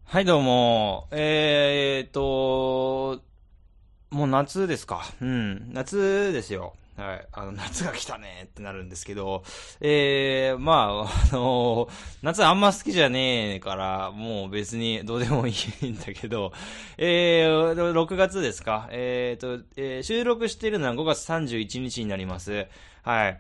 はい、どうも。もう夏ですか。うん、夏ですよ。はい。夏が来たねってなるんですけど、まあ、夏あんま好きじゃねえから、もう別にどうでもいいんだけど、6月ですか。収録しているのは5月31日にちになります。はい。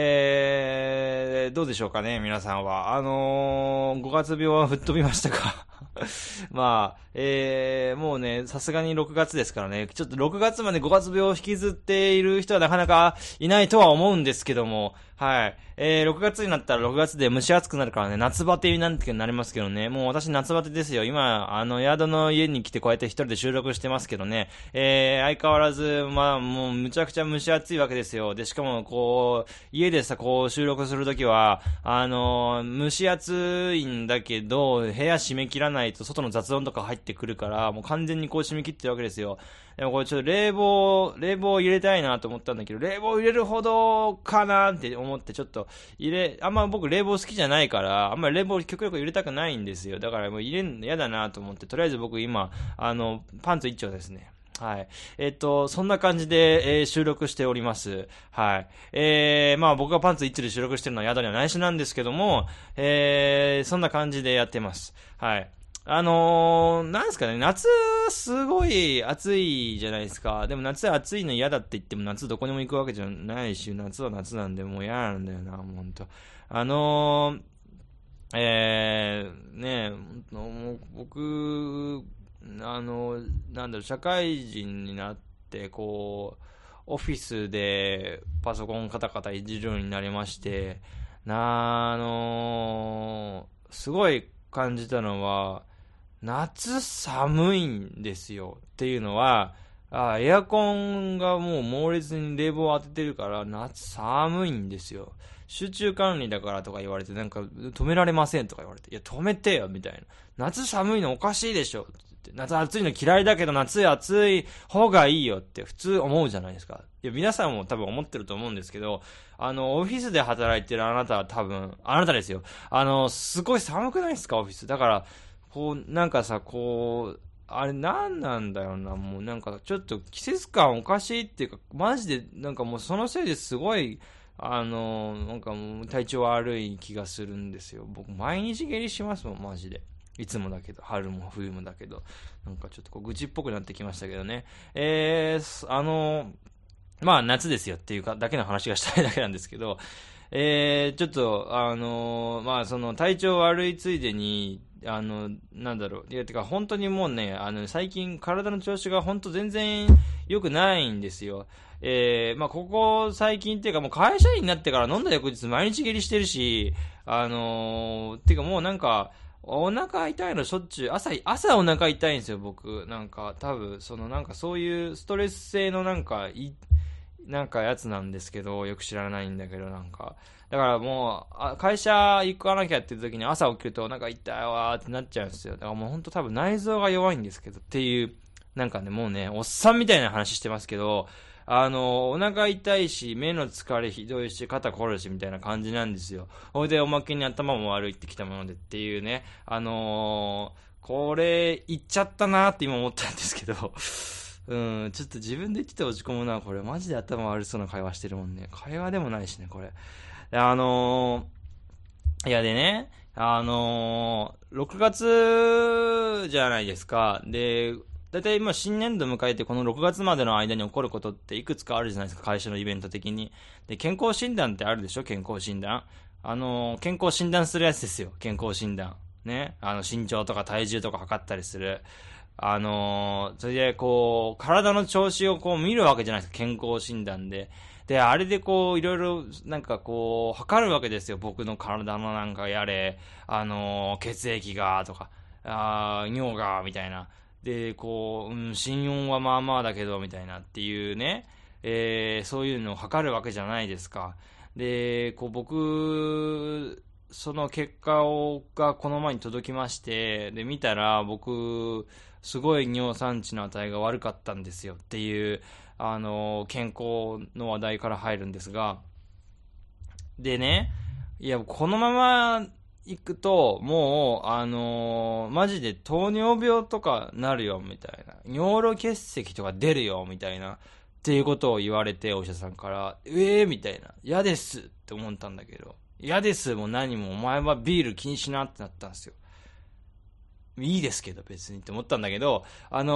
どうでしょうかね、皆さんは。5月病は吹っ飛びましたか？まあ、もうね、さすがに6月ですからね、ちょっと6月まで5月病を引きずっている人はなかなかいないとは思うんですけども、はい。6月になったら6月で蒸し暑くなるからね、夏バテになんてなりますけどね、もう私夏バテですよ。今、宿の家に来てこうやって一人で収録してますけどね、相変わらず、まあ、もうむちゃくちゃ蒸し暑いわけですよ。で、しかも、こう、家でさ、こう収録するときは、蒸し暑いんだけど、部屋閉め切らないと外の雑音とか入ってくるから、もう完全にこう閉め切ってるわけですよ。でもこれちょっと冷房入れたいなと思ったんだけど、冷房入れるほどかなって思ってちょっとあんま僕冷房好きじゃないから、あんまり冷房極力入れたくないんですよ。だからもう入れんの嫌だなと思って、とりあえず僕今、パンツ一丁ですね。はい。そんな感じで、収録しております。はい。まあ僕がパンツ一丁で収録してるのは宿には内緒なんですけども、そんな感じでやってます。はい。なんですかね、夏、すごい暑いじゃないですか。でも夏暑いの嫌だって言っても夏どこにも行くわけじゃないし、夏は夏なんでもう嫌なんだよな、もうほんと。あのねえ、もう僕、なんだろう、社会人になって、こう、オフィスでパソコンカタカタいじるようになりまして、すごい感じたのは、夏寒いんですよ。っていうのは、エアコンがもう猛烈に冷房を当ててるから、夏寒いんですよ。集中管理だからとか言われて、なんか止められませんとか言われて、いや止めてよみたいな。夏寒いのおかしいでしょって言って、夏暑いの嫌いだけど夏暑い方がいいよって普通思うじゃないですか。いや皆さんも多分思ってると思うんですけど、オフィスで働いてるあなたは多分、あなたですよ。すごい寒くないですかオフィス。だから、こう、なんかさ、こう、あれなんなんだよな、もうなんかちょっと季節感おかしいっていうか、マジでなんかもうそのせいですごい、なんかもう体調悪い気がするんですよ。僕毎日下痢しますもん、マジで。いつもだけど、春も冬もだけど。なんかちょっとこう愚痴っぽくなってきましたけどね。まあ夏ですよっていうか、だけの話がしたいだけなんですけど、ちょっと、まあその体調悪いついでに、なんだろう。いや、てか、本当にもうね、最近体の調子が本当全然良くないんですよ。まあ、ここ最近っていうか、もう会社員になってから飲んだ翌日毎日下痢してるし、てかもうなんか、お腹痛いのしょっちゅう、朝お腹痛いんですよ、僕。なんか、多分、なんかそういうストレス性のなんかやつなんですけど、よく知らないんだけど、なんか。だからもう、会社行かなきゃっていう時に朝起きると、なんか痛いわーってなっちゃうんですよ。だからもうほんと多分内臓が弱いんですけど、っていう、なんかね、もうね、おっさんみたいな話してますけど、お腹痛いし、目の疲れひどいし、肩こるし、みたいな感じなんですよ。ほいで、おまけに頭も悪いってきたものでっていうね、これ、言っちゃったなーって今思ったんですけど、うん、ちょっと自分で言ってて落ち込むな、これ。マジで頭悪そうな会話してるもんね。会話でもないしね、これ。いやでね、6月じゃないですか。で、だいたい今新年度迎えてこの6月までの間に起こることっていくつかあるじゃないですか、会社のイベント的に。で、健康診断ってあるでしょ、健康診断。健康診断するやつですよ、健康診断。ね。身長とか体重とか測ったりする。それでこう、体の調子をこう見るわけじゃないですか、健康診断で。で、あれでこう、いろいろ、なんかこう、測るわけですよ、僕の体のなんかやれ、血液が、とか、尿が、みたいな。で、こう、心音はまあまあだけど、みたいなっていうね、そういうのを測るわけじゃないですか。で、こう、その結果がこの前に届きまして、で、見たら、僕、すごい尿酸値の値が悪かったんですよっていう、健康の話題から入るんですが、でね、いや、このまま行くと、もう、マジで糖尿病とかなるよ、みたいな。尿路結石とか出るよ、みたいな。っていうことを言われて、お医者さんから、みたいな。嫌ですって思ったんだけど。嫌ですも何も、お前はビール禁止なってなったんですよ。いいですけど別にって思ったんだけど、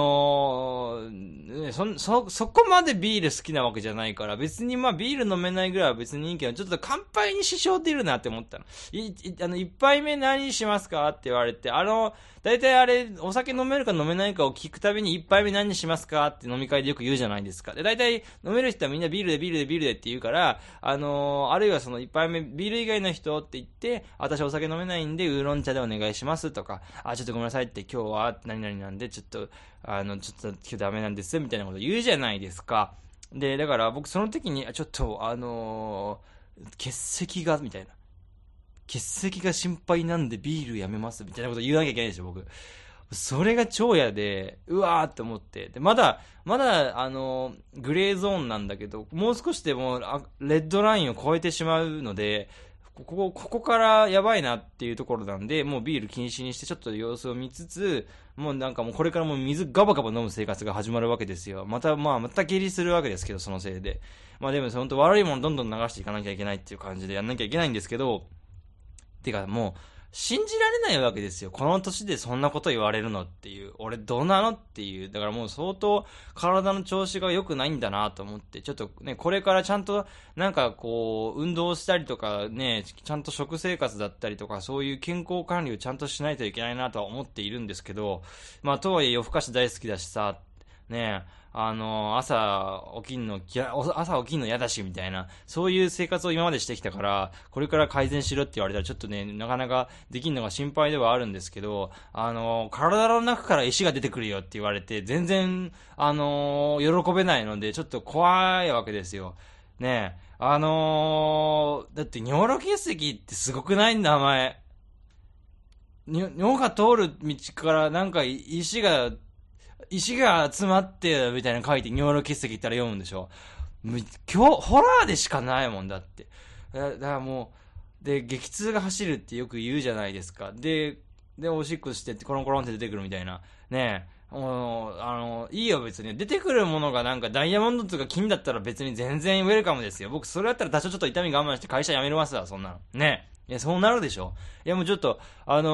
そこまでビール好きなわけじゃないから、別にまあビール飲めないぐらいは別にいいけど、ちょっと乾杯に支障出るなって思ったの。一杯目何しますかって言われて、だいたいあれ、お酒飲めるか飲めないかを聞くたびに一杯目何しますかって飲み会でよく言うじゃないですか。で、だいたい飲める人はみんなビールでって言うから、あるいはその一杯目ビール以外の人って言って、私お酒飲めないんでウーロン茶でお願いしますとか、ちょっとごめんなさいって今日は何々なんでちょっと今日ダメなんですみたいなこと言うじゃないですか。で、だから僕その時にちょっと結石がみたいな。結石が心配なんでビールやめますみたいなこと言わなきゃいけないでしょ、僕。それが超嫌で、うわーって思って。で、まだ、グレーゾーンなんだけど、もう少しでもレッドラインを超えてしまうので、ここからやばいなっていうところなんで、もうビール禁止にしてちょっと様子を見つつ、もうこれからもう水ガバガバ飲む生活が始まるわけですよ。また下痢するわけですけど、そのせいで。でも本当悪いものどんどん流していかなきゃいけないっていう感じでやんなきゃいけないんですけど、てかもう、信じられないわけですよ。この年でそんなこと言われるのっていう。俺どうなのっていう。だからもう相当体の調子が良くないんだなと思って、ちょっとね、これからちゃんと運動したりとかね、ちゃんと食生活だったりとか、そういう健康管理をちゃんとしないといけないなとは思っているんですけど、とはいえ夜更かし大好きだしさ、ね朝起きんの嫌だし、みたいな、そういう生活を今までしてきたから、これから改善しろって言われたらちょっとね、なかなかできんのが心配ではあるんですけど、体の中から石が出てくるよって言われて、全然、喜べないので、ちょっと怖いわけですよ。ねだって尿路結石ってすごくないんだ、名前。尿が通る道から石が集まってみたいなの書いて尿路結石ったら読むんでしょ。ホラーでしかないもんだって。だからもう、で、激痛が走るってよく言うじゃないですか。で、おしっこしてコロンコロンって出てくるみたいな。ねえ。いいよ別に。出てくるものがダイヤモンドとか金だったら別に全然ウェルカムですよ。僕それだったら多少ちょっと痛み我慢して会社辞めますわ、そんなの。ねえ。いや、そうなるでしょ。いや、もうちょっと、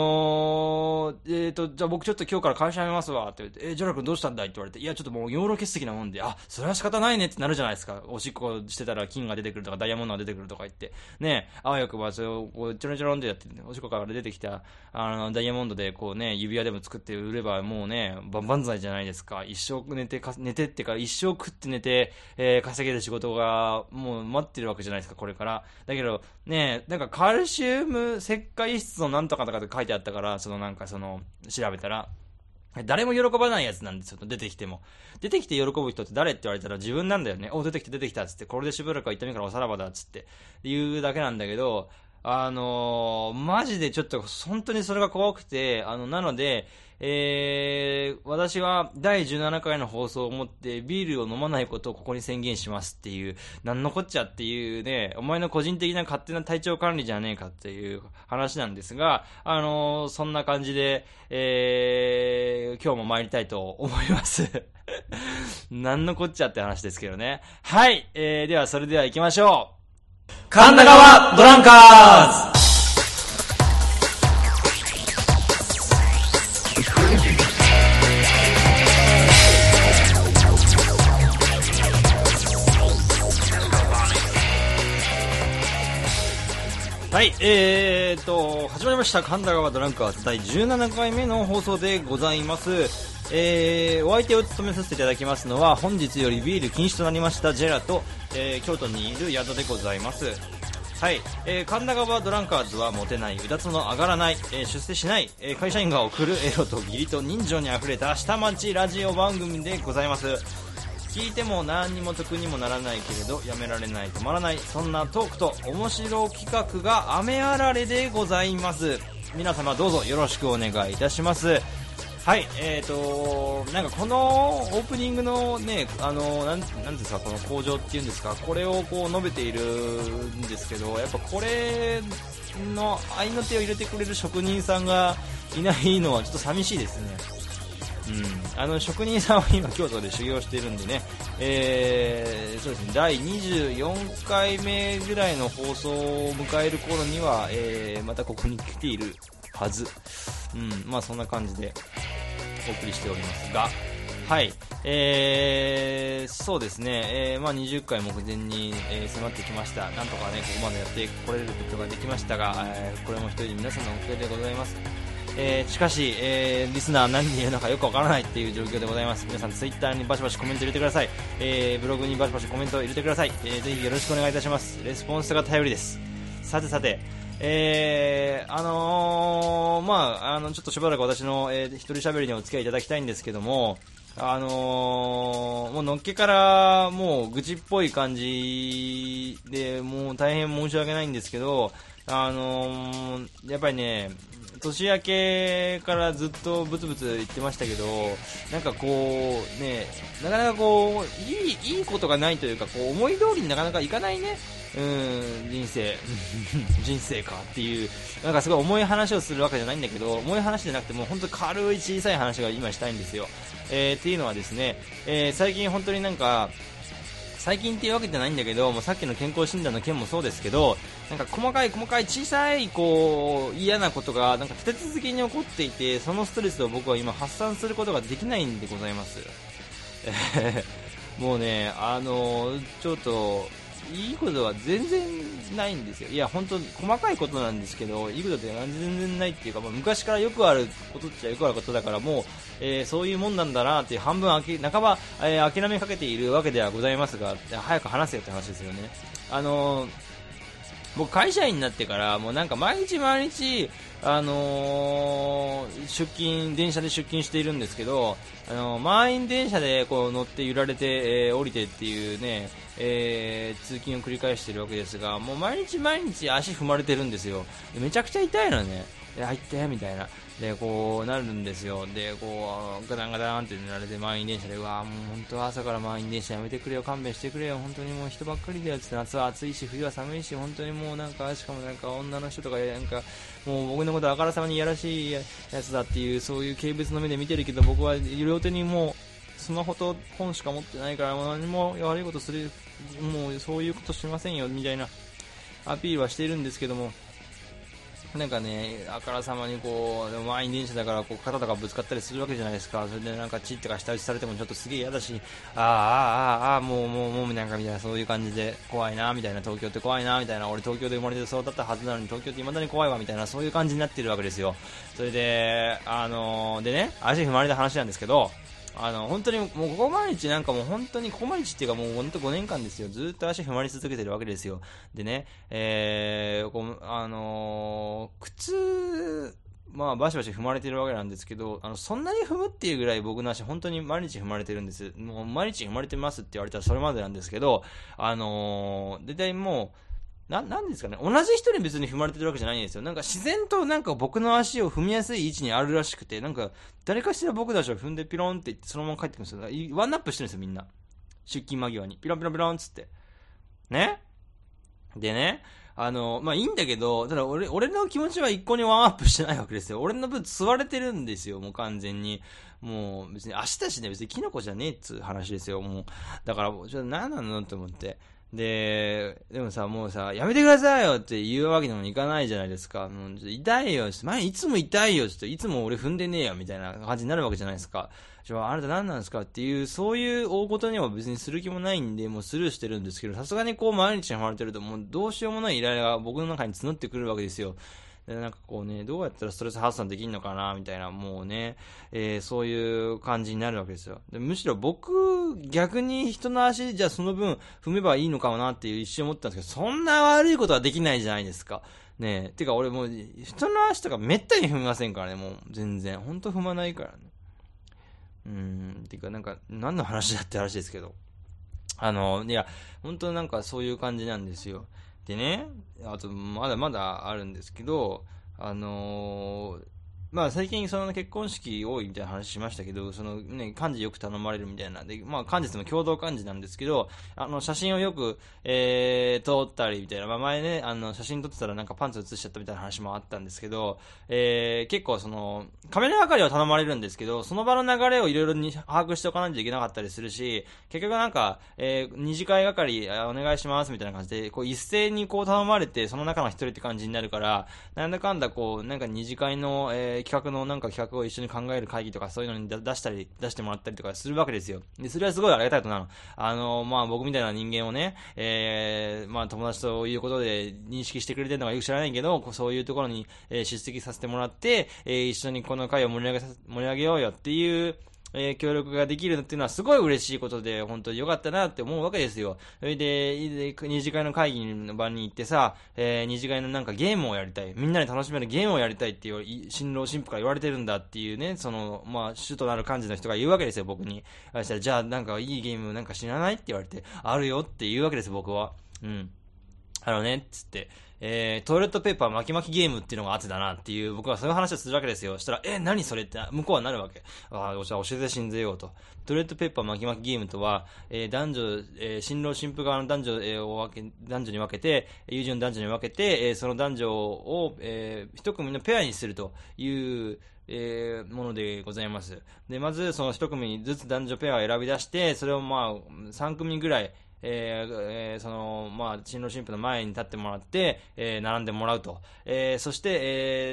じゃあ僕ちょっと今日から会社辞めますわ、って言って、ジョラ君どうしたんだいって言われて、いや、ちょっともう尿路結石なもんで、それは仕方ないねってなるじゃないですか。おしっこしてたら金が出てくるとか、ダイヤモンドが出てくるとか言って、ねあわよくばそれをこう、ちょろちょろんってやって、おしっこから出てきた、ダイヤモンドでこうね、指輪でも作って売ればもうね、万歳じゃないですか。一生寝てってか、一生食って寝て、稼げる仕事がもう待ってるわけじゃないですか、これから。だけど、ねカルシウム石灰質のなんとかとかって書いてあったから、調べたら、誰も喜ばないやつなんですよ。出てきて喜ぶ人って誰って言われたら自分なんだよね。出てきたっつって、これでしばらくは痛みからおさらばだっつって言うだけなんだけど、マジでちょっと本当にそれが怖くて、なので、私は第17回の放送をもってビールを飲まないことをここに宣言しますっていう、なんのこっちゃっていうね、お前の個人的な勝手な体調管理じゃねえかっていう話なんですが、そんな感じで、今日も参りたいと思います。なんのこっちゃって話ですけどね。はい、ではそれでは行きましょう。神田川ドランカーズ。はい、始まりました神田川ドランカーズ第17回目の放送でございます。お相手を務めさせていただきますのは、本日よりビール禁止となりましたジェラと、京都にいる宿でございます。はい、神田川ドランカーズはモテない、うだつの上がらない、出世しない、会社員が送るエロと義理と人情にあふれた下町ラジオ番組でございます。聞いても何にも得にもならないけれどやめられない、止まらない、そんなトークと面白企画が雨あられでございます。皆様どうぞよろしくお願いいたします。 はい、なんかこのオープニングのね、なんですか、この向上っていうんですか、これをこう述べているんですけど、やっぱこれの合いの手を入れてくれる職人さんがいないのはちょっと寂しいですね。職人さんは今京都で修行しているんでね、そうですね、第24回目ぐらいの放送を迎える頃には、またここに来ているはず。まあそんな感じでお送りしておりますが、はい、そうですね、まあ20回目前に、迫ってきました。なんとかね、ここまでやってこれることができましたが、これも一人で皆さんのおかげでございます。しかし、リスナー何人いるのかよくわからないっていう状況でございます。皆さんツイッターにバシバシコメント入れてください。ブログにバシバシコメント入れてください。ぜひよろしくお願いいたします。レスポンスが頼りです。さてさて、ちょっとしばらく私の、一人喋りにお付き合いいただきたいんですけども、もうのっけからもう愚痴っぽい感じで、もう大変申し訳ないんですけど、やっぱりね、年明けからずっとブツブツ言ってましたけど、なんかこうね、なかなかこういいことがないというか、こう思い通りになかなかいかないね、人生人生かっていう、なんかすごい重い話をするわけじゃないんだけど、重い話じゃなくてもう本当に軽い小さい話が今したいんですよ。っていうのはですね、最近本当になんか最近っていうわけじゃないんだけど、もうさっきの健康診断の件もそうですけど、なんか細かい小さいこう嫌なことがなんか立て続けに起こっていて、そのストレスを僕は今発散することができないんでございます。もうね、ちょっといいことは全然ないんですよ。いや本当細かいことなんですけど、いいことって全然ないっていうか、昔からよくあることっちゃよくあることだからもう、そういうもんなんだなっていう半分半ば、諦めかけているわけではございますが、早く話せよって話ですよね。僕会社員になってからもうなんか毎日、電車で出勤しているんですけど、満員電車でこう乗って揺られて、降りてっていうね、通勤を繰り返しているわけですが、もう毎日足踏まれてるんですよ。めちゃくちゃ痛いのね。入ってみたいな。でこうなるんですよ。でこうガタンガタンって塗られて満員電車で、うわもう本当は朝から満員電車やめてくれよ、勘弁してくれよ、本当にもう人ばっかりだよって、夏は暑いし冬は寒いし、本当にもうなんか、しかもなんか女の人とかなんかもう僕のことあからさまにいやらしいやつだっていう、そういう軽蔑の目で見てるけど、僕は両手にもうスマホと本しか持ってないから、もう何も悪いことする、もうそういうことしませんよみたいなアピールはしているんですけども、なんかね、あからさまにこう、でも満員電車だからこう肩とかぶつかったりするわけじゃないですか。それでなんか血とか舌打ちされてもちょっとすげえ嫌だし、もうなんかみたいな、そういう感じで怖いなみたいな、東京って怖いなみたいな、俺東京で生まれてそうだったはずなのに東京って未だに怖いわみたいな、そういう感じになってるわけですよ。それで、でね、足踏まれた話なんですけど、本当にもうここ毎日なんかもう本当にここ毎日っていうかもう本当5年間ですよ、ずっと足踏まり続けてるわけですよ。でね、靴、まあバシバシ踏まれてるわけなんですけど、そんなに踏むっていうぐらい僕の足本当に毎日踏まれてるんです。もう毎日踏まれてますって言われたらそれまでなんですけど、大体もうなんですかね、同じ人に別に踏まれてるわけじゃないんですよ。なんか自然となんか僕の足を踏みやすい位置にあるらしくて、なんか誰かしら僕たちを踏んでピロンって言ってそのまま帰ってくるんですよ。ワンナップしてるんですよみんな。出勤間際にピロンピロンピロンっつってね。でね、まあいいんだけど、ただ俺の気持ちは一向にワンアップしてないわけですよ。俺の分吸われてるんですよ、もう完全に。もう別に足だしね、別にキノコじゃねえっつう話ですよ。もうだからちょっと何なのって思って。でもさ、もうさ、やめてくださいよって言うわけにもいかないじゃないですか。もう痛いよ、前いつも痛いよ、いつも俺踏んでねえよみたいな感じになるわけじゃないですか。あなた何なんですかっていう、そういう大事には別にする気もないんで、もうスルーしてるんですけど、さすがにこう毎日踏まれてると、もうどうしようもないイライラが僕の中に募ってくるわけですよ。でなんかこうね、どうやったらストレス発散できるのかなみたいな、もうね、そういう感じになるわけですよ。でむしろ僕、逆に人の足、じゃあその分踏めばいいのかもなっていう一瞬思ったんですけど、そんな悪いことはできないじゃないですか。ねえ、てか俺もう人の足とかめったに踏みませんからね、もう全然。ほんと踏まないからね。てかなんか、何の話だって話ですけど。いや、本当なんかそういう感じなんですよ。でね、あと、まだまだあるんですけど、 まあ最近その結婚式多いみたいな話しましたけど、そのね、幹事よく頼まれるみたいな。で、まあ幹事とも共同幹事なんですけど、写真をよく、撮ったりみたいな。まあ前ね、写真撮ってたらなんかパンツ写しちゃったみたいな話もあったんですけど、結構その、カメラ係は頼まれるんですけど、その場の流れをいろいろに把握しておかないといけなかったりするし、結局なんか、二次会係お願いしますみたいな感じで、こう一斉にこう頼まれて、その中の一人って感じになるから、なんだかんだこう、なんか二次会の、企画のなんか企画を一緒に考える会議とかそういうのに出してもらったりとかするわけですよ。で、それはすごいありがたいことなの。まあ僕みたいな人間をね、まあ友達ということで認識してくれてるのかよく知らないけど、そういうところに、出席させてもらって、一緒にこの会を盛り上げようよっていう、協力ができるっていうのはすごい嬉しいことで、本当に良かったなって思うわけですよ。それで、二次会の会議の場に行ってさ、二次会のなんかゲームをやりたい。みんなで楽しめるゲームをやりたいっていう、新郎新婦から言われてるんだっていうね、その、まあ、主となる幹事の人が言うわけですよ、僕に。そしたら、じゃあなんかいいゲームなんか知らないって言われて、あるよって言うわけです、僕は。うん。つって、トイレットペーパー巻き巻きゲームっていうのがあってだなっていう、僕はそういう話をするわけですよ。したら、何それって向こうはなるわけ。じゃあ教えて信ぜようと。トイレットペーパー巻き巻きゲームとは、男女、新郎新婦側の男女、男女に分けて、友人の男女に分けて、その男女を、一組のペアにするという、ものでございます。で、まずその一組ずつ男女ペアを選び出して、それをまあ、3組ぐらい、その、まあ、新郎新婦の前に立ってもらって、並んでもらうと。そして、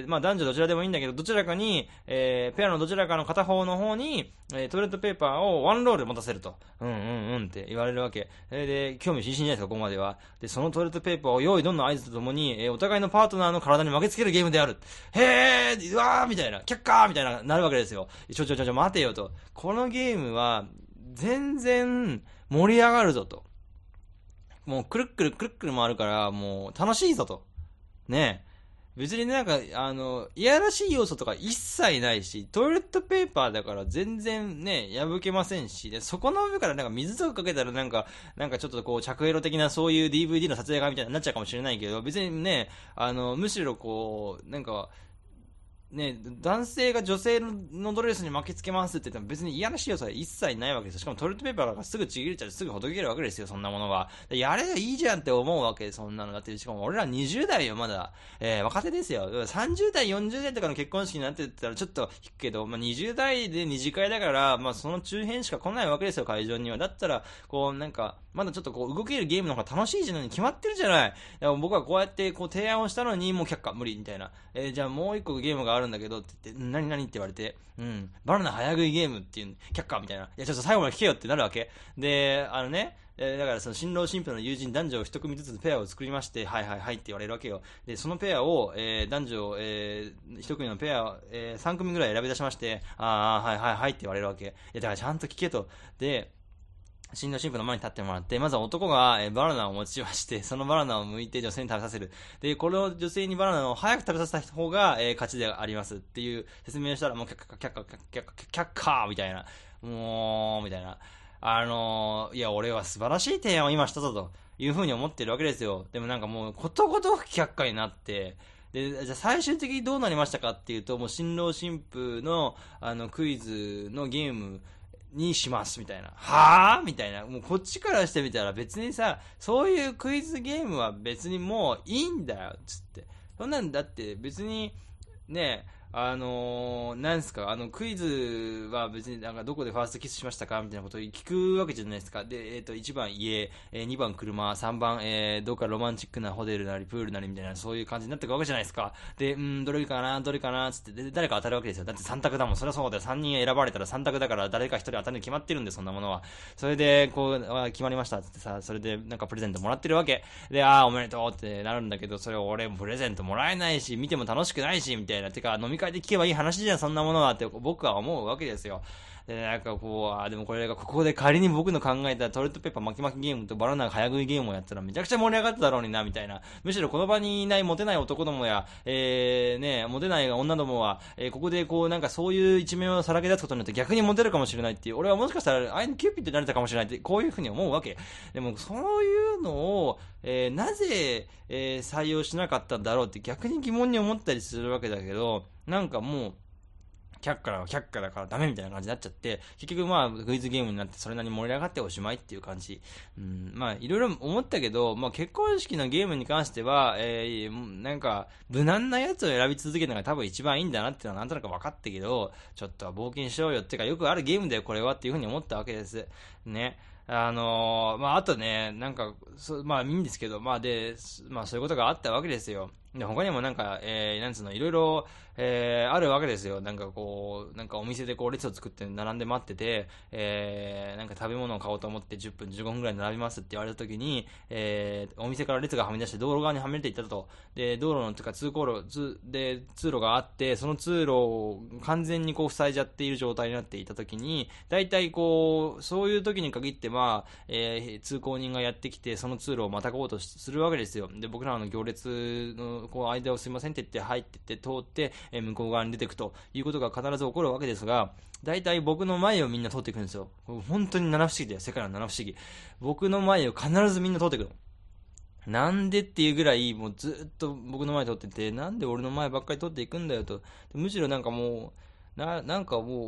まあ、男女どちらでもいいんだけど、どちらかに、ペアのどちらかの片方の方に、トイレットペーパーをワンロール持たせると。って言われるわけ。で、興味津々じゃないですか、ここまでは。で、そのトイレットペーパーを用意どんどん合図とともに、お互いのパートナーの体に巻きつけるゲームである。へーうわーみたいな、却下ーみたいなるわけですよ。待てよと。このゲームは、全然盛り上がるぞと。もうくるっくる回るから、もう楽しいぞと。ねえ。別になんか、いやらしい要素とか一切ないし、トイレットペーパーだから全然ね、破けませんし、で、そこの上からなんか水とかかけたらなんかちょっとこう、着エロ的なそういう DVD の撮影画みたいになっちゃうかもしれないけど、別にね、むしろこう、なんか、ね、男性が女性のドレスに巻きつけますって言っても別に嫌なし要素は一切ないわけですよ。しかもトイレットペーパーがすぐちぎれちゃうすぐほどけるわけですよ、そんなものは。やればいいじゃんって思うわけで、そんなの。だって、しかも俺ら20代よ、まだ。若手ですよ。30代、40代とかの結婚式になってたらちょっと引くけど、まあ、20代で二次会だから、まあ、その中辺しか来ないわけですよ、会場には。だったら、こう、なんか、まだちょっとこう、動けるゲームの方が楽しいじゃないに決まってるじゃない。だから僕はこうやってこう提案をしたのに、もう却下、無理、みたいな。じゃあもう一個ゲームがあるんだけど、って言って、何って言われて、バナナ早食いゲームっていう、却下みたいな。いや、ちょっと最後まで聞けよってなるわけ。で、だからその新郎新婦の友人男女を一組ずつペアを作りまして、はいって言われるわけよ。で、そのペアを、男女、一組のペア、3組ぐらい選び出しまして、はいって言われるわけ。いや、だからちゃんと聞けと。で、新郎新婦の前に立ってもらって、まずは男が、バナナを持ちまして、そのバナナを剥いて女性に食べさせる。で、これを女性にバナナを早く食べさせた方が、勝ちでありますっていう説明をしたら、もう却下みたいな。もう、みたいな。いや、俺は素晴らしい提案を今したぞというふうに思ってるわけですよ。でもなんかもう、ことごとく却下になって、で、じゃあ最終的にどうなりましたかっていうと、もう新郎新婦の、クイズのゲーム、にしますみたいな。はぁみたいな。もうこっちからしてみたら別にさ、そういうクイズゲームは別にもういいんだよ、つって。そんなんだって別に、ね、なんすか、クイズは別になんかどこでファーストキスしましたかみたいなことを聞くわけじゃないですか。で、1番家、2番車、3番、どっかロマンチックなホテルなりプールなりみたいな、そういう感じになってくわけじゃないですか。で、どれかな、つって、で、誰か当たるわけですよ。だって3択だもん。そりゃそうだよ。3人選ばれたら3択だから誰か1人当たるに決まってるんで、そんなものは。それで、こう、決まりましたつってさ、それでなんかプレゼントもらってるわけ。で、おめでとうってなるんだけど、それ俺プレゼントもらえないし、見ても楽しくないし、みたいな。てか、飲み会で聞けばいい話じゃん、そんなものはって僕は思うわけですよ。で、なんかこう、でもこれがここで仮に僕の考えたトイレットペーパー巻き巻きゲームとバナナ早食いゲームをやったらめちゃくちゃ盛り上がっただろうにな、みたいな。むしろこの場にいないモテない男どもや、モテない女どもは、ここでこうなんかそういう一面をさらけ出すことによって逆にモテるかもしれないっていう、俺はもしかしたらあいのキューピッドになれたかもしれないって、こういうふうに思うわけ。でもそういうのを、なぜ、採用しなかったんだろうって逆に疑問に思ったりするわけだけど、なんかもう、 却下だからダメみたいな感じになっちゃって、結局まあクイズゲームになってそれなりに盛り上がっておしまいっていう感じ。まあいろいろ思ったけど、まあ結婚式のゲームに関しては、なんか無難なやつを選び続けるのが多分一番いいんだなっていうのはなんとなく分かったけど、ちょっとは冒険しようよっていうか、よくあるゲームだよこれはっていうふうに思ったわけです。ね。まあ、あとね、なんか、まあ、いいんですけど、まあ、まあ、そういうことがあったわけですよ。で、他にもなんか、なんつうの、いろいろ、あるわけですよ。なんかこう、なんかお店でこう列を作って並んで待ってて、なんか食べ物を買おうと思って10分15分くらい並びますって言われた時に、お店から列がはみ出して道路側にはみ出ていったと。で、道路の、とか通路があって、その通路を完全にこう塞いじゃっている状態になっていた時に、大体こう、そういう時に限って、まあ、通行人がやってきて、その通路をまたごうとするわけですよ。で、僕らの行列のこう間をすいませんって言って入ってって通って、向こう側に出ていくということが必ず起こるわけですが、大体僕の前をみんな通っていくんですよ。本当に七不思議だよ。世界の七不思議。僕の前を必ずみんな通っていくの。なんでっていうぐらい、もうずっと僕の前通ってて、なんで俺の前ばっかり通っていくんだよと。むしろなんかもう、なんかもう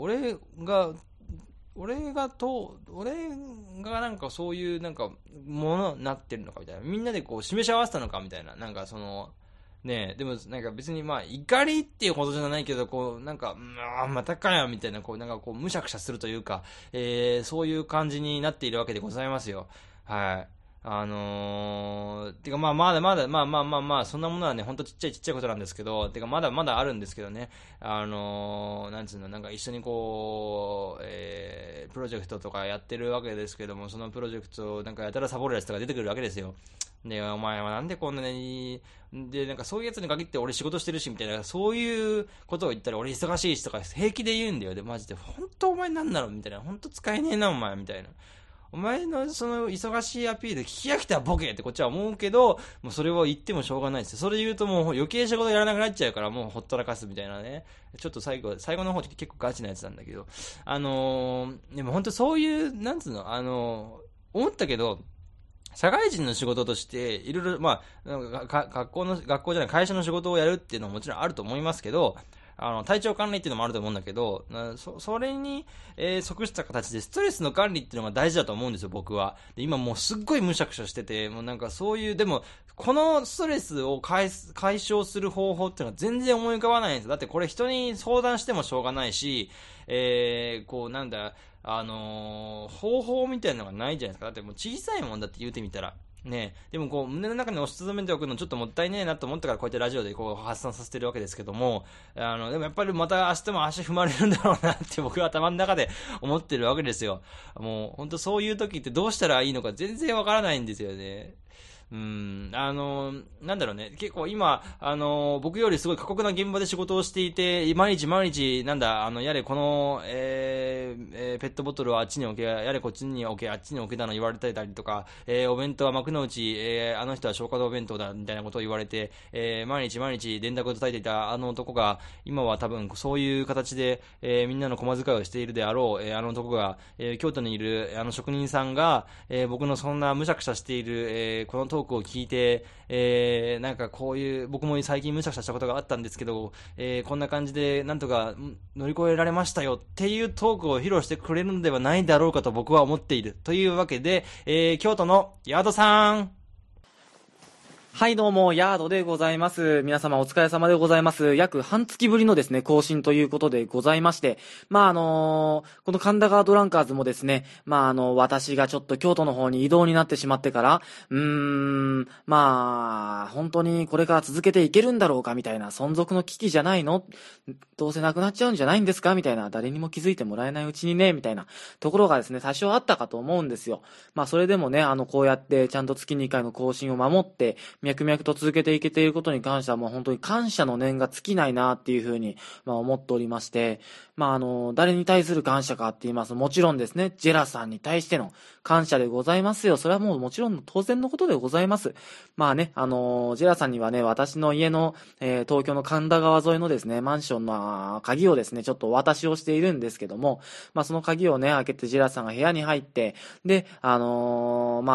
俺がなんかそういうなんかものになってるのかみたいな。みんなでこう示し合わせたのかみたいな。なんかその、ねえ、でもなんか別にまあ怒りっていうことじゃないけど、こうなんか、またかよみたいな、こうなんかこうむしゃくしゃするというか、そういう感じになっているわけでございますよ。はい。てかまあまあ、そんなものはね、ほんとちっちゃいことなんですけど、てかまだまだあるんですけどね、なんつうの、なんか一緒にこう、プロジェクトとかやってるわけですけども、そのプロジェクトをなんかやたらサボるやつとか出てくるわけですよ。で、お前はなんでこんなに、で、なんかそういうやつに限って俺仕事してるし、みたいな、そういうことを言ったら俺忙しいしとか平気で言うんだよ。で、マジで、本当お前なんなのみたいな。本当使えねえな、お前、みたいな。お前のその忙しいアピール聞き飽きたボケってこっちは思うけど、もうそれを言ってもしょうがないですよ。それ言うともう余計仕事やらなくなっちゃうからもうほったらかすみたいなね。ちょっと最後の方結構ガチなやつなんだけど。でも本当そういう、なんつうの、思ったけど、社会人の仕事として、いろいろ、まあ、学校じゃない、会社の仕事をやるっていうのももちろんあると思いますけど、体調管理っていうのもあると思うんだけど、それに、即した形でストレスの管理っていうのが大事だと思うんですよ、僕は。で、今もうすっごいむしゃくしゃしてて、もうなんかそういう、でも、このストレスを解消する方法っていうのは全然思い浮かばないんですよ。だってこれ人に相談してもしょうがないし、こうなんだ、方法みたいなのがないじゃないですか。だってもう小さいもんだって言うてみたら。ねでもこう、胸の中に押しとどめておくのちょっともったいねえなと思ったからこうやってラジオでこう発散させてるわけですけども、でもやっぱりまた明日も足踏まれるんだろうなって僕は頭の中で思ってるわけですよ。もう本当そういう時ってどうしたらいいのか全然わからないんですよね。なんだろうね。結構今、僕よりすごい過酷な現場で仕事をしていて、毎日、なんだ、やれこの、ペットボトルをあっちに置け、やれこっちに置け、あっちに置けだの言われたりとか、お弁当は幕の内、あの人は消化道弁当だ、みたいなことを言われて、毎日電卓を叩いていたあの男が、今は多分そういう形で、みんなの駒遣いをしているであろう、あの男が、京都にいるあの職人さんが、僕のそんなむしゃくしゃしている、このトークを聞いて、なんかこういう、僕も最近むしゃくしゃしたことがあったんですけど、こんな感じでなんとか乗り越えられましたよっていうトークを披露してくれるのではないだろうかと僕は思っている。というわけで、京都のヤードさん。 はいどうも、ヤードでございます。皆様お疲れ様でございます。約半月ぶりのですね、更新ということでございまして、この神田川ドランカーズもですね、私がちょっと京都の方に移動になってしまってから、本当にこれから続けていけるんだろうかみたいな、存続の危機じゃないの？どうせなくなっちゃうんじゃないんですかみたいな、誰にも気づいてもらえないうちにね、みたいなところがですね、多少あったかと思うんですよ。それでもね、こうやってちゃんと月に1回の更新を守って、脈々と続けていけていることに関してはもう本当に感謝の念が尽きないなっていうふうに、思っておりまして、誰に対する感謝かって言いますと、もちろんですね、ジェラさんに対しての感謝でございますよ。それはもうもちろん当然のことでございます。ジェラさんにはね、私の家の、東京の神田川沿いのですね、マンションの鍵をですね、ちょっとお渡しをしているんですけども、その鍵をね、開けてジェラさんが部屋に入って、で、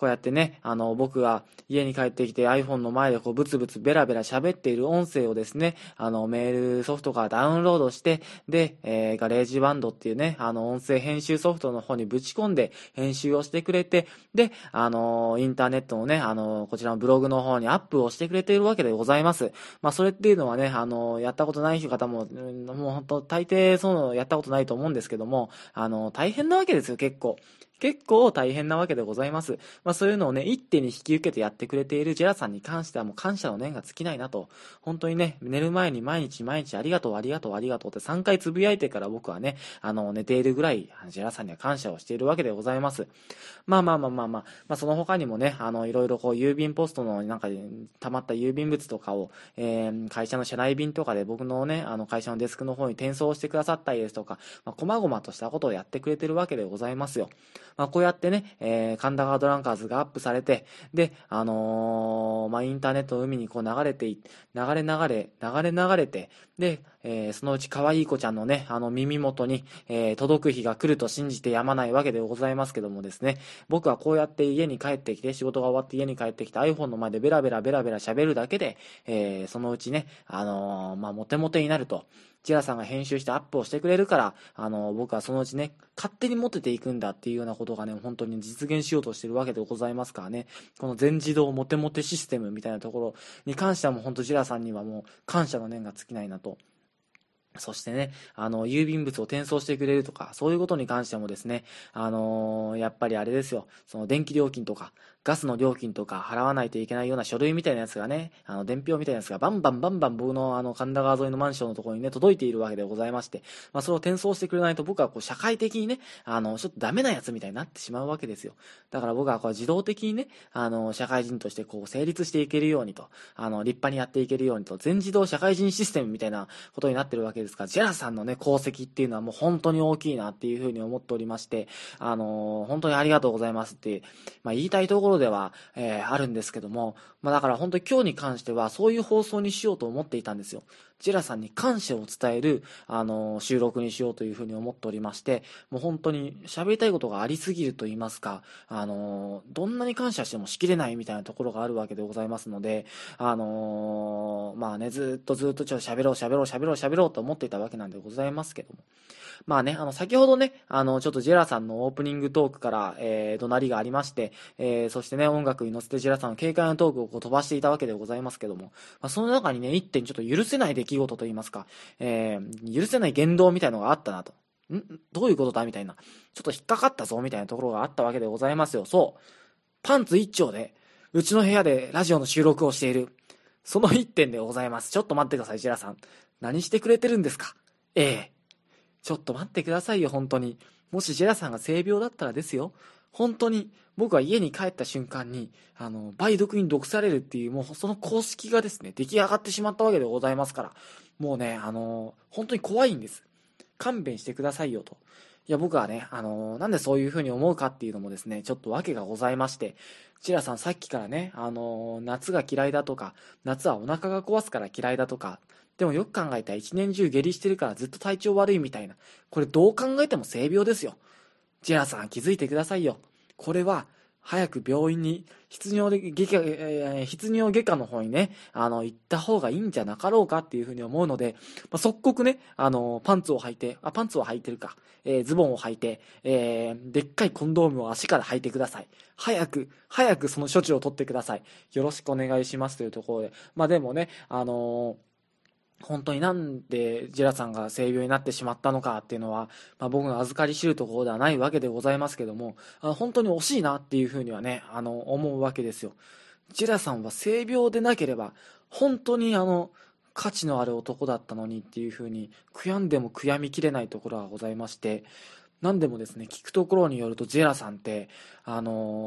こうやってね、僕が家に帰ってきて iPhone の前でこうブツブツベラベラ喋っている音声をですね、メールソフトからダウンロードして、で、ガレージバンドっていうね、音声編集ソフトの方にぶち込んで編集をしてくれて、で、インターネットのね、こちらのブログの方にアップをしてくれているわけでございます。まあ、それっていうのはね、やったことない方も、もう本当大抵そういうのやったことないと思うんですけども、大変なわけですよ、結構。結構大変なわけでございます。まあそういうのをね、一手に引き受けてやってくれているジェラさんに関してはもう感謝の念が尽きないなと。本当にね、寝る前に毎日ありがとうありがとうありがとうって3回つぶやいてから僕はね、寝ているぐらいジェラさんには感謝をしているわけでございます。まあその他にもね、いろいろこう郵便ポストのなんか溜まった郵便物とかを、会社の社内便とかで僕のね、会社のデスクの方に転送してくださったりですとか、まあ、細々としたことをやってくれてるわけでございますよ。まあ、こうやってね、神田川ドランカーズがアップされて、で、まあ、インターネットの海にこう流れて、流れて、で、そのうち可愛い子ちゃんのね、耳元に、届く日が来ると信じてやまないわけでございますけどもですね、僕はこうやって家に帰ってきて、仕事が終わって家に帰ってきて iPhone の前でベラベラ喋るだけで、そのうちね、まあ、モテモテになると。ジェラさんが編集してアップをしてくれるから、僕はそのうちね、勝手にモテていくんだっていうようなことがね、本当に実現しようとしてるわけでございますからね、この全自動モテモテシステムみたいなところに関してはもう本当ジェラさんにはもう感謝の念が尽きないなと。そしてね、郵便物を転送してくれるとか、そういうことに関してもですね、やっぱりあれですよ、その電気料金とか、ガスの料金とか払わないといけないような書類みたいなやつがね、伝票みたいなやつがバンバン僕の神田川沿いのマンションのところにね、届いているわけでございまして、まあ、それを転送してくれないと僕はこう社会的にね、ちょっとダメなやつみたいになってしまうわけですよ。だから僕はこう自動的にね、社会人としてこう成立していけるようにと、立派にやっていけるようにと、全自動社会人システムみたいなことになってるわけですから、ジェラさんのね、功績っていうのはもう本当に大きいなっていうふうに思っておりまして、本当にありがとうございますって、まあ言いたいところでは、あるんですけども、まあだから本当に今日に関してはそういう放送にしようと思っていたんですよ。ジェラさんに感謝を伝える、収録にしようというふうに思っておりまして、もう本当に喋りたいことがありすぎると言いますか、どんなに感謝してもしきれないみたいなところがあるわけでございますので、まあね、ずっとちょっと喋ろうと思っていたわけなんでございますけども。まあね、先ほどね、ちょっとジェラさんのオープニングトークから、怒鳴りがありまして、そしてね、音楽に乗せてジェラさんの軽快なトークをこう飛ばしていたわけでございますけども、まあ、その中にね、一点ちょっと許せない出来事といいますか、許せない言動みたいのがあったなと。どういうことだみたいな。ちょっと引っかかったぞみたいなところがあったわけでございますよ。そう。パンツ一丁で、うちの部屋でラジオの収録をしている。その一点でございます。ちょっと待ってください、ジェラさん。何してくれてるんですか？ちょっと待ってくださいよ、本当に。もしジェラさんが性病だったらですよ。本当に、僕は家に帰った瞬間に、梅毒に毒されるっていう、もうその公式がですね、出来上がってしまったわけでございますから。もうね、本当に怖いんです。勘弁してくださいよと。いや、僕はね、なんでそういうふうに思うかっていうのもですね、ちょっと訳がございまして、ジェラさんさっきからね、夏が嫌いだとか、夏はお腹が壊すから嫌いだとか、でもよく考えたら一年中下痢してるからずっと体調悪いみたいな。これどう考えても性病ですよ。ジェラさん気づいてくださいよ。これは、早く病院に、泌尿外科の方にね、行った方がいいんじゃなかろうかっていうふうに思うので、まあ、即刻ね、パンツは履いてるか、ズボンを履いて、でっかいコンドームを足から履いてください。早くその処置を取ってください。よろしくお願いしますというところで。まあでもね、本当になんでジェラさんが性病になってしまったのかっていうのは、まあ、僕の預かり知るところではないわけでございますけども、本当に惜しいなっていうふうにはね、思うわけですよ。ジェラさんは性病でなければ、本当に価値のある男だったのにっていうふうに、悔やんでも悔やみきれないところがございまして、なんでもですね、聞くところによるとジェラさんって、ま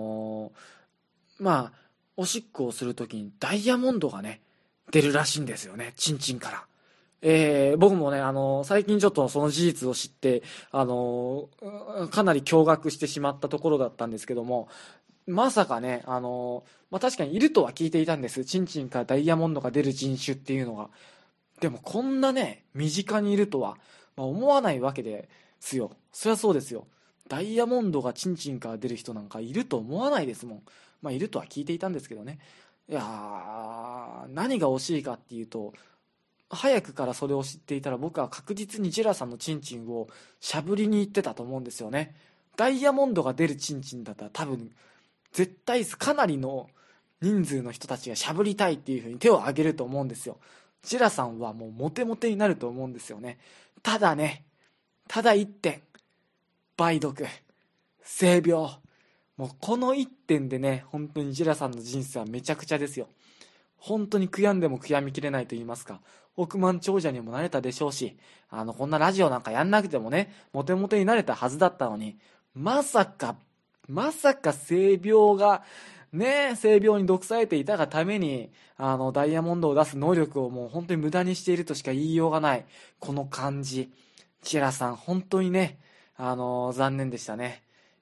あ、おしっこをするときにダイヤモンドがね、出るらしいんですよね、チンチンから。僕もね、最近ちょっとその事実を知って、かなり驚愕してしまったところだったんですけども、まさかね、まあ、確かにいるとは聞いていたんです。チンチンからダイヤモンドが出る人種っていうのが。でもこんなね、身近にいるとは、まあ、思わないわけですよ。そりゃそうですよ。 ダイヤモンドがチンチンから出る人なんかいると思わないですもん。まあいるとは聞いていたんですけどね。いやー、何が惜しいかっていうと、早くからそれを知っていたら僕は確実にジェラさんのチンチンをしゃぶりに行ってたと思うんですよね。ダイヤモンドが出るチンチンだったら多分絶対かなりの人数の人たちがしゃぶりたいっていう風に手を挙げると思うんですよ。ジェラさんはもうモテモテになると思うんですよね。ただ一点、梅毒、性病、もうこの一点でね、本当にジェラさんの人生はめちゃくちゃですよ。本当に悔やんでも悔やみきれないと言いますか、億万長者にもなれたでしょうし、こんなラジオなんかやんなくてもね、モテモテになれたはずだったのに、まさか性病が、ね、性病に毒されていたがために、ダイヤモンドを出す能力をもう本当に無駄にしているとしか言いようがない、この感じ。ジェラさん、本当にね、残念でしたね。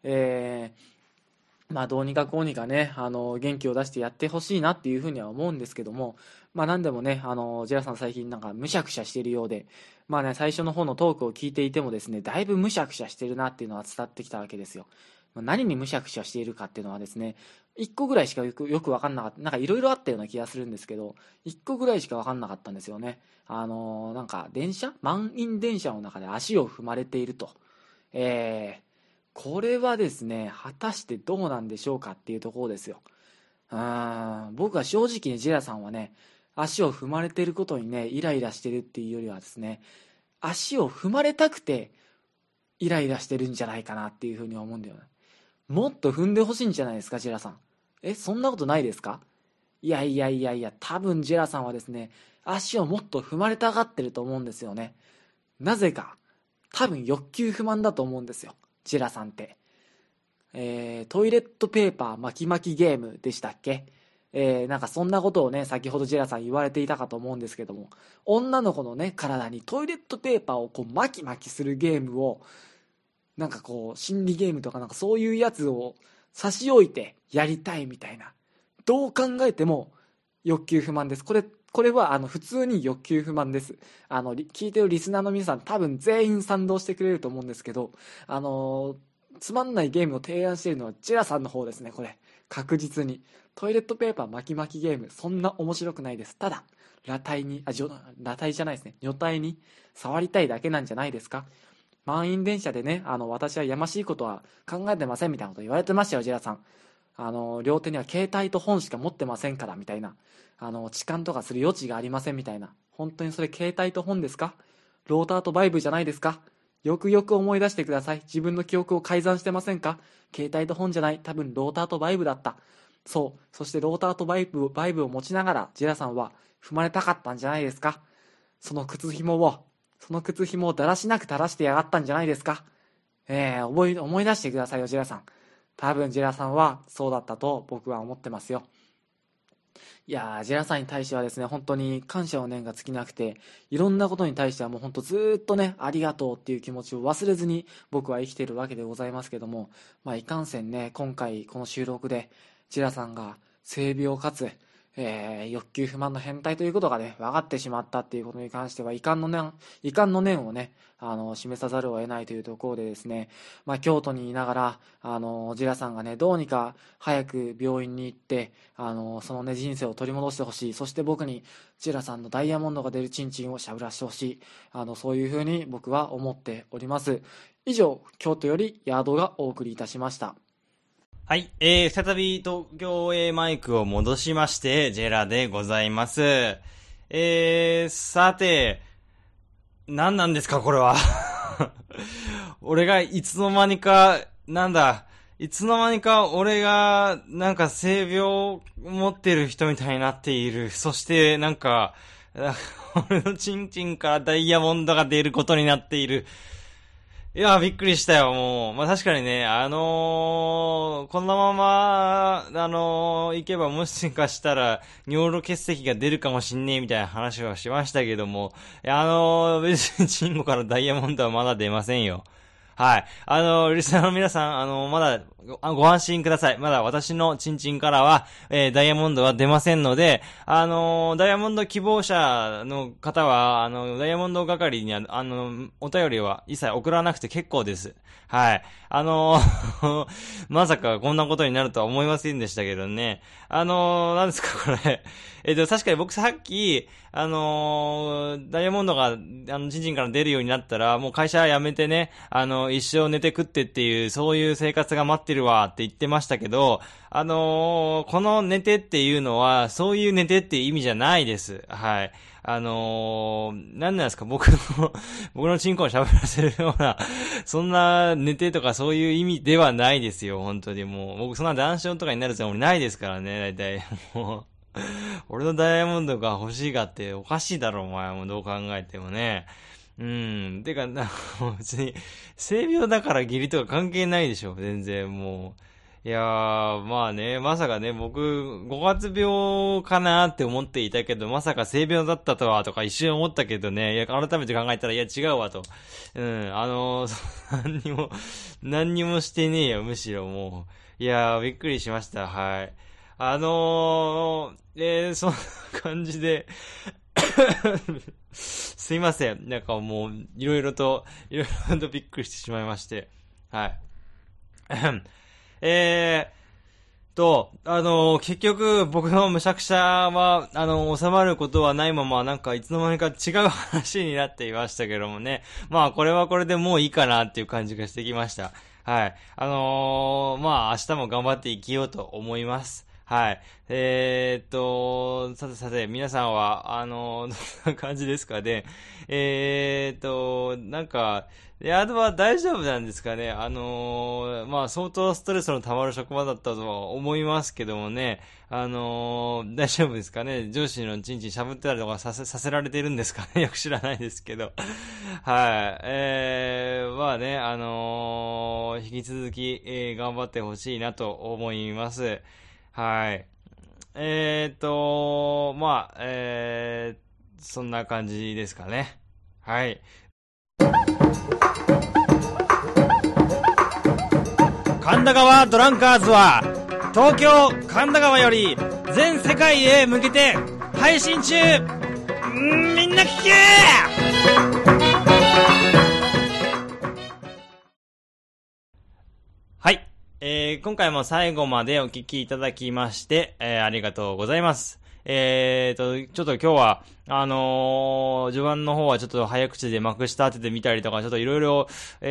まあどうにかこうにかね、元気を出してやってほしいなっていうふうには思うんですけども、まあなんでもね、ジェラさん最近なんかむしゃくしゃしているようで、まあね、最初の方のトークを聞いていてもですね、だいぶむしゃくしゃしてるなっていうのは伝わってきたわけですよ。何にむしゃくしゃしているかっていうのはですね、一個ぐらいしかよく分かんなかった。なんかいろいろあったような気がするんですけど、一個ぐらいしか分かんなかったんですよね。なんか満員電車の中で足を踏まれていると。これはですね、果たしてどうなんでしょうかっていうところですよ。僕は正直にジェラさんはね、足を踏まれていることにね、イライラしてるっていうよりはですね、足を踏まれたくてイライラしてるんじゃないかなっていうふうに思うんだよね。もっと踏んでほしいんじゃないですか、ジェラさん。そんなことないですか？いや、多分ジェラさんはですね、足をもっと踏まれたがってると思うんですよね。なぜか、多分欲求不満だと思うんですよ、ジェラさんって。トイレットペーパー巻き巻きゲームでしたっけ？なんかそんなことをね、先ほどジェラさん言われていたかと思うんですけども、女の子のね、体にトイレットペーパーをこう巻き巻きするゲームを、なんかこう心理ゲームとかなんかそういうやつを差し置いてやりたいみたいな、どう考えても欲求不満です。これは普通に欲求不満です。聞いてるリスナーの皆さん多分全員賛同してくれると思うんですけど、つまんないゲームを提案しているのはジェラさんの方ですね。これ確実にトイレットペーパー巻き巻きゲーム、そんな面白くないです。ただ裸体じゃないですね、女体に触りたいだけなんじゃないですか。満員電車でね、私はやましいことは考えてませんみたいなこと言われてましたよ、ジェラさん。両手には携帯と本しか持ってませんからみたいな、痴漢とかする余地がありませんみたいな。本当にそれ携帯と本ですか？ローターとバイブじゃないですか？よくよく思い出してください。自分の記憶を改ざんしてませんか？携帯と本じゃない、多分ローターとバイブだった。そう、そしてローターとバイブを持ちながらジェラさんは踏まれたかったんじゃないですか？その靴紐をだらしなく垂らしてやがったんじゃないですか？思い出してくださいよ、ジェラさん。多分ジェラさんはそうだったと僕は思ってますよ。いやー、ジェラさんに対してはですね、本当に感謝の念が尽きなくて、いろんなことに対してはもう本当ずーっとね、ありがとうっていう気持ちを忘れずに僕は生きているわけでございますけども、まあいかんせんね、今回この収録でジェラさんが性病かつ、欲求不満の変態ということがね、分かってしまったっていうことに関しては遺憾の念をね、示さざるを得ないというところでですね、まあ京都にいながら、ジェラさんがね、どうにか早く病院に行って、そのね、人生を取り戻してほしい。そして僕にジェラさんのダイヤモンドが出るチンチンをしゃぶらしてほしい。そういうふうに僕は思っております。以上、京都よりヤードがお送りいたしました。 はい、再び東京へマイクを戻しまして、ジェラでございます。さて、何なんですか、これは。俺がいつの間にか俺が、なんか性病を持ってる人みたいになっている。そして、なんか、俺のチンチンからダイヤモンドが出ることになっている。いや、びっくりしたよ、もう。まあ、確かにね、このまま、行けばもしかしたら、尿路結石が出るかもしんねえみたいな話はしましたけども、別にチンコからダイヤモンドはまだ出ませんよ。 はい。リスナーの皆さん、まだご安心ください。まだ私のチンチンからは、ダイヤモンドは出ませんので、ダイヤモンド希望者の方は、ダイヤモンド係には、お便りは一切送らなくて結構です。はい。まさかこんなことになるとは思いませんでしたけどね。なんですかこれ。確かに僕さっき、ダイヤモンドが、チンチンから出るようになったら、もう会社辞めてね、一生寝て食ってっていう、そういう生活が待ってるわって言ってましたけど、この寝てっていうのは、そういう寝てっていう意味じゃないです。はい。なんですか、僕のチンコを喋らせるような、そんな寝てとかそういう意味ではないですよ、本当にもう。僕そんな男子とかになるつもりないですからね、大体。もう。俺のダイヤモンドが欲しいかっておかしいだろ、お前もどう考えてもね。てか、別に、性病だから義理とか関係ないでしょ、全然もう。いやー、まあね、まさかね、僕、5月病かなって思っていたけど、まさか性病だったとは、とか一瞬思ったけどね、いや、改めて考えたら、いや、違うわと。何にもしてねえよ、むしろもう。いやー、びっくりしました、はい。そんな感じですいません。なんかもう、いろいろとびっくりしてしまいまして。はい。結局、僕のむしゃくしゃは、収まることはないまま、なんかいつの間にか違う話になっていましたけどもね。まあ、これはこれでもういいかなっていう感じがしてきました。はい。まあ、明日も頑張って生きようと思います。はい。さて、皆さんは、どんな感じですかね。なんか、ヤードは大丈夫なんですかね。まあ、相当ストレスの溜まる職場だったとは思いますけどもね。大丈夫ですかね。上司のチンチンしゃぶってたりとかさせられてるんですかね。よく知らないですけど。はい。まあね、引き続き、頑張ってほしいなと思います。はい。まあ、そんな感じですかね。はい。神田川ドランカーズは、東京神田川より全世界へ向けて配信中。みんな聞けはい。今回も最後までお聞きいただきまして、ありがとうございます。ちょっと今日は、序盤の方はちょっと早口でまくし立ててみたりとか、ちょっといろいろ、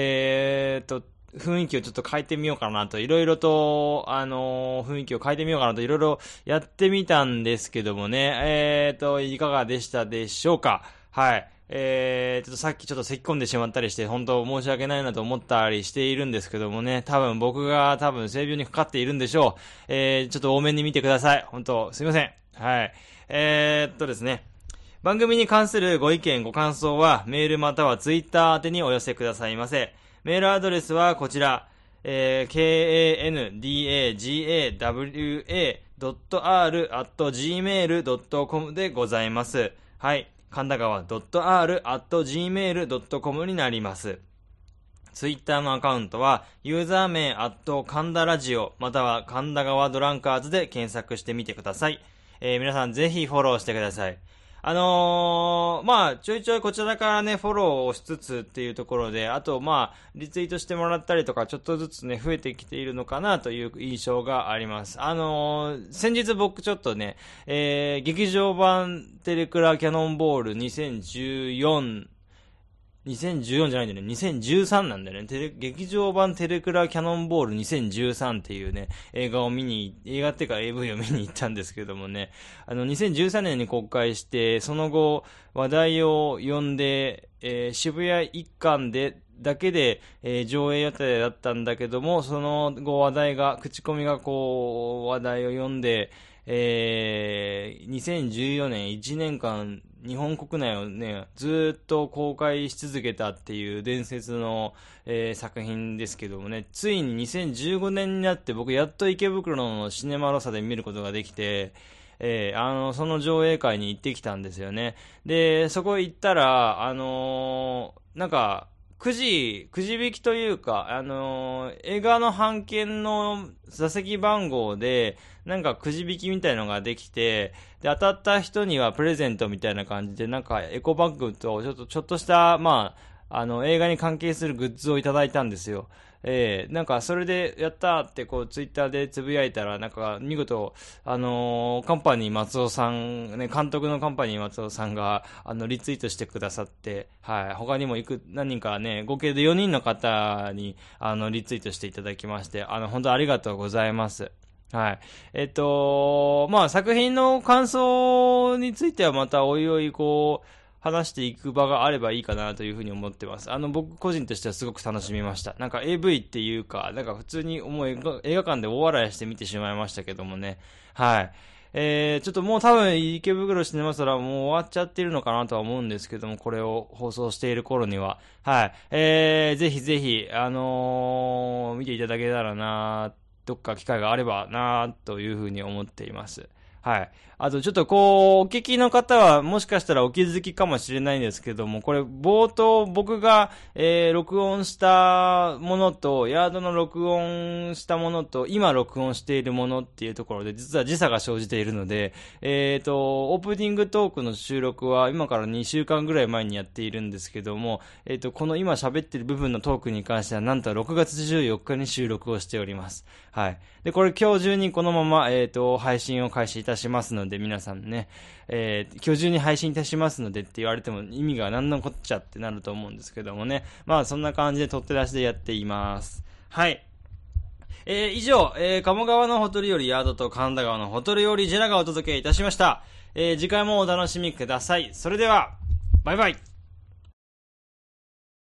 雰囲気をちょっと変えてみようかなと、いろいろと、雰囲気を変えてみようかなと、いろいろやってみたんですけどもね、いかがでしたでしょうか。はい。ちょっとさっきちょっと咳き込んでしまったりして、本当申し訳ないなと思ったりしているんですけどもね、僕が性病にかかっているんでしょう。ちょっと多めに見てください。本当すいません。はい。ですね。番組に関するご意見、ご感想は、メールまたはツイッター宛てにお寄せくださいませ。メールアドレスはこちら、kandagawa.r@gmail.com でございます。はい。神田川 .r@gmail.com になります。ツイッターのアカウントは、ユーザー名神田ラジオ、または神田川ドランカーズで検索してみてください。皆さんぜひフォローしてください。まあ、ちょいちょいこちらからね、フォローをしつつっていうところで、あと、まあ、リツイートしてもらったりとか、ちょっとずつね、増えてきているのかなという印象があります。先日僕ちょっとね、劇場版テレクラキャノンボール2014じゃないんだよね。2013なんだよね。劇場版テレクラキャノンボール2013っていうね、映画っていうか AV を見に行ったんですけどもね、2013年に公開して、その後、話題を呼んで、渋谷一巻だけで、上映予定だったんだけども、その後口コミが話題を呼んで、2014年1年間日本国内をねずっと公開し続けたっていう伝説の、作品ですけどもね、ついに2015年になって僕やっと池袋のシネマロサで見ることができて、その上映会に行ってきたんですよね。でそこ行ったらなんかくじ引きというか、映画の版権の座席番号で、なんかくじ引きみたいのができて、で、当たった人にはプレゼントみたいな感じで、なんかエコバッグとちょっとした、まあ、映画に関係するグッズをいただいたんですよ。なんかそれでやったってこうツイッターでつぶやいたら、なんか見事、カンパニー松尾さん、ね、監督のカンパニー松尾さんが、リツイートしてくださって、はい、他にも何人かね、合計で4人の方に、リツイートしていただきまして、本当ありがとうございます。はい。まあ、作品の感想についてはまたおいおいこう、話していく場があればいいかなというふうに思ってます。僕個人としてはすごく楽しみました。なんか AV っていうか、なんか普通に映画館で大笑いして見てしまいましたけどもね。はい。ちょっともう多分池袋シネマスラもう終わっちゃってるのかなとは思うんですけども、これを放送している頃には。はい。ぜひぜひ、見ていただけたらな、どっか機会があればな、というふうに思っています。はい。あとちょっとこう、お聞きの方はもしかしたらお気づきかもしれないんですけども、これ冒頭僕が、録音したものと、ヤードの録音したものと、今録音しているものっていうところで、実は時差が生じているので、オープニングトークの収録は今から2週間ぐらい前にやっているんですけども、この今喋ってる部分のトークに関しては、なんと6月14日に収録をしております。はい。で、これ今日中にこのまま、配信を開始いたしますので、皆さんね、今日中に配信いたしますのでって言われても意味が何のこっちゃってなると思うんですけどもね。まあそんな感じで取って出しでやっています。はい。以上、鴨川のほとりよりヤードと神田川のほとりよりジェラがお届けいたしました。次回もお楽しみください。それでは、バイバイ。